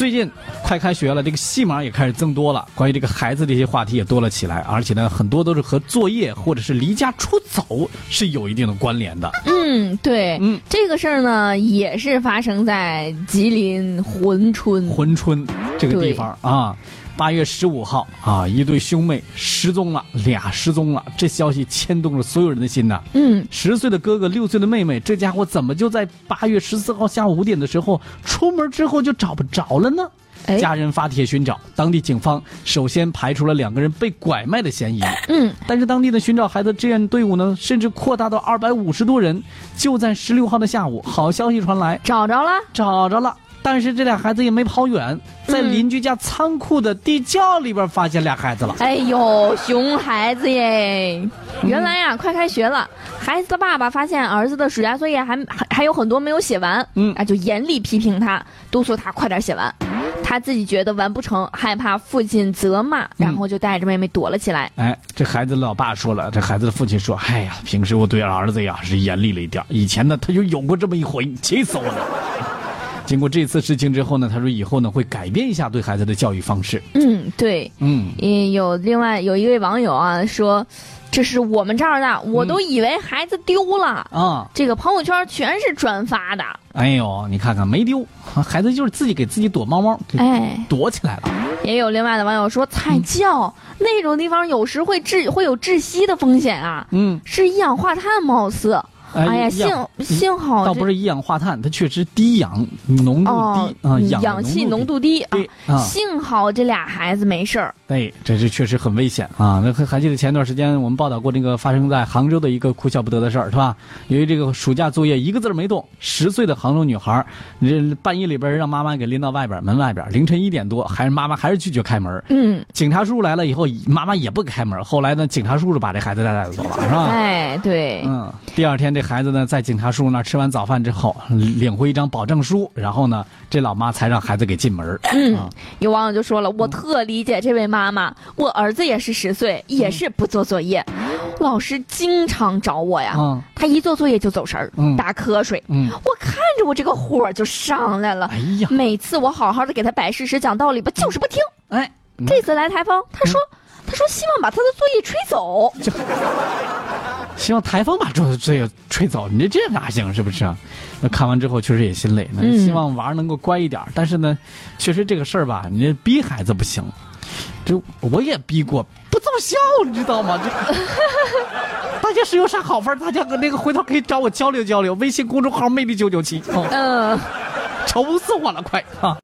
最近快开学了，这个戏码也开始增多了，关于这个孩子这些话题也多了起来，而且呢，很多都是和作业或者是离家出走是有一定的关联的。 对，这个事儿呢也是发生在吉林珲春这个地方啊。8月15号啊，一对兄妹失踪了，俩失踪了，这消息牵动了所有人的心呐。10岁的哥哥，6岁的妹妹，这家伙怎么就在8月14号下午5点的时候出门之后就找不着了呢？家人发帖寻找，当地警方首先排除了2个人被拐卖的嫌疑。但是当地的寻找孩子志愿队伍呢，甚至扩大到250多人。就在16号的下午，好消息传来，找着了。但是这俩孩子也没跑远，在邻居家仓库的地窖里边发现俩孩子了。 哎呦，熊孩子耶！原来呀，快开学了，孩子的爸爸发现儿子的暑假作业还有很多没有写完，就严厉批评他，督促他快点写完。他自己觉得完不成，害怕父亲责骂，然后就带着妹妹躲了起来。 这孩子的老爸说了，这孩子的父亲说：“哎呀，平时我对儿子呀是严厉了一点，以前呢他就有过这么一回，气死我了。”经过这次事情之后呢，他说以后呢会改变一下对孩子的教育方式。 对，另外有一位网友啊说，这是我们这儿的，我都以为孩子丢了啊。这个朋友圈全是转发的。 哎呦，你看看没丢，孩子就是自己给自己躲猫猫，躲起来了。 也有另外的网友说，彩教那种地方有时会有窒息的风险啊。是一氧化碳貌似。哎呀，幸好倒不是一氧化碳，它确实低氧浓度低氧气浓度低啊。幸好这俩孩子没事儿。 这是确实很危险啊！那还记得前段时间我们报道过那个发生在杭州的一个哭笑不得的事儿，是吧？由于这个暑假作业一个字没动，10岁的杭州女孩，这半夜里边让妈妈给拎到门外边，凌晨1点多，妈妈还是拒绝开门。警察叔叔来了以后，妈妈也不开门。后来呢，警察叔叔把这孩子带走了，是吧？ 对。 第二天这孩子呢，在警察叔叔那吃完早饭之后，领回一张保证书，然后呢，这老妈才让孩子给进门。 有网友就说了，我特理解这位妈妈，我儿子也是10岁，也是不做作业，老师经常找我呀，他一做作业就走神儿，打瞌睡，我看着我这个火就上来了。每次我好好的给他摆事实讲道理吧，就是不听。这次来台风，他说希望把他的作业吹走。 希望台风把作业吹走，你这哪行是不是？那看完之后确实也心累。那希望娃能够乖一点，但是呢，确实这个事儿吧，你逼孩子不行。这我也逼过，不奏效，你知道吗？大家是有啥好法，大家那个回头可以找我交流交流。微信公众号魅力997，愁死我了，快啊！